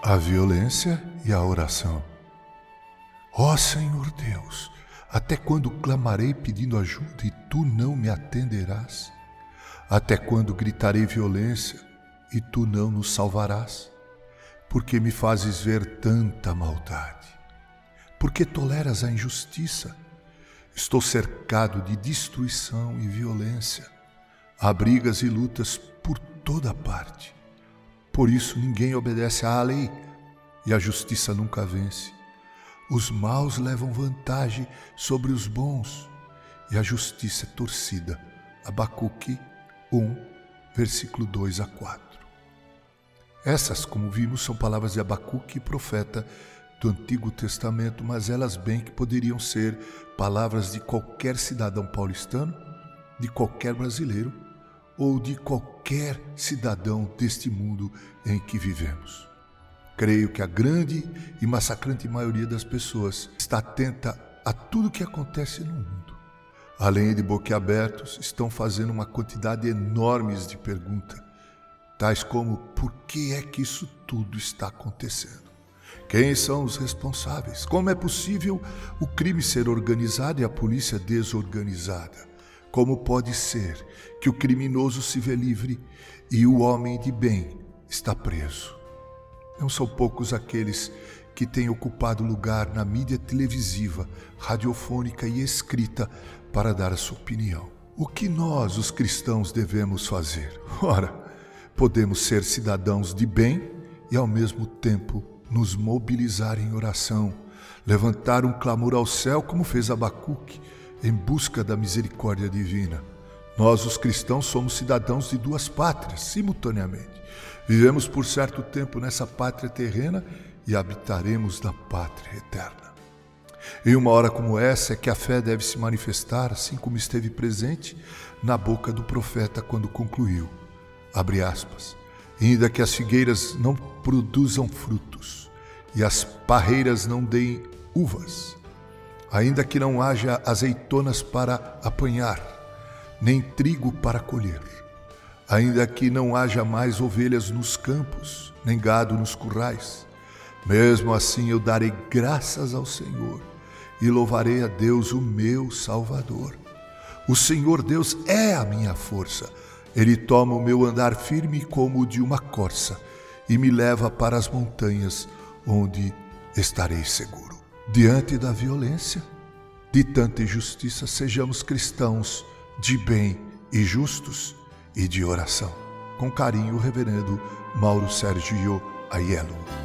A violência e a oração. Ó Senhor Deus, até quando clamarei pedindo ajuda e tu não me atenderás? Até quando gritarei violência e tu não nos salvarás? Porque me fazes ver tanta maldade? Porque toleras a injustiça? Estou cercado de destruição e violência. Há brigas e lutas por toda parte. Por isso ninguém obedece à lei e a justiça nunca vence. Os maus levam vantagem sobre os bons e a justiça é torcida. Abacuque 1, versículo 2 a 4. Essas, como vimos, são palavras de Abacuque, profeta do Antigo Testamento, mas elas bem que poderiam ser palavras de qualquer cidadão paulistano, de qualquer brasileiro ou de qualquer cidadão deste mundo em que vivemos. Creio que a grande e massacrante maioria das pessoas está atenta a tudo o que acontece no mundo. Além de boquiabertos, estão fazendo uma quantidade enorme de perguntas, tais como: por que é que isso tudo está acontecendo? Quem são os responsáveis? Como é possível o crime ser organizado e a polícia desorganizada? Como pode ser que o criminoso se vê livre e o homem de bem está preso? Não são poucos aqueles que têm ocupado lugar na mídia televisiva, radiofônica e escrita para dar a sua opinião. O que nós, os cristãos, devemos fazer? Ora, podemos ser cidadãos de bem e ao mesmo tempo nos mobilizar em oração, levantar um clamor ao céu como fez Abacuque, em busca da misericórdia divina. Nós, os cristãos, somos cidadãos de duas pátrias, simultaneamente. Vivemos por certo tempo nessa pátria terrena e habitaremos na pátria eterna. Em uma hora como essa é que a fé deve se manifestar, assim como esteve presente na boca do profeta quando concluiu, abre aspas, ainda que as figueiras não produzam frutos e as parreiras não deem uvas, ainda que não haja azeitonas para apanhar, nem trigo para colher, ainda que não haja mais ovelhas nos campos, nem gado nos currais, mesmo assim eu darei graças ao Senhor e louvarei a Deus, o meu Salvador. O Senhor Deus é a minha força. Ele toma o meu andar firme como o de uma corça e me leva para as montanhas, onde estarei seguro. Diante da violência, de tanta injustiça, sejamos cristãos de bem e justos e de oração. Com carinho, o reverendo Mauro Sérgio Aiello.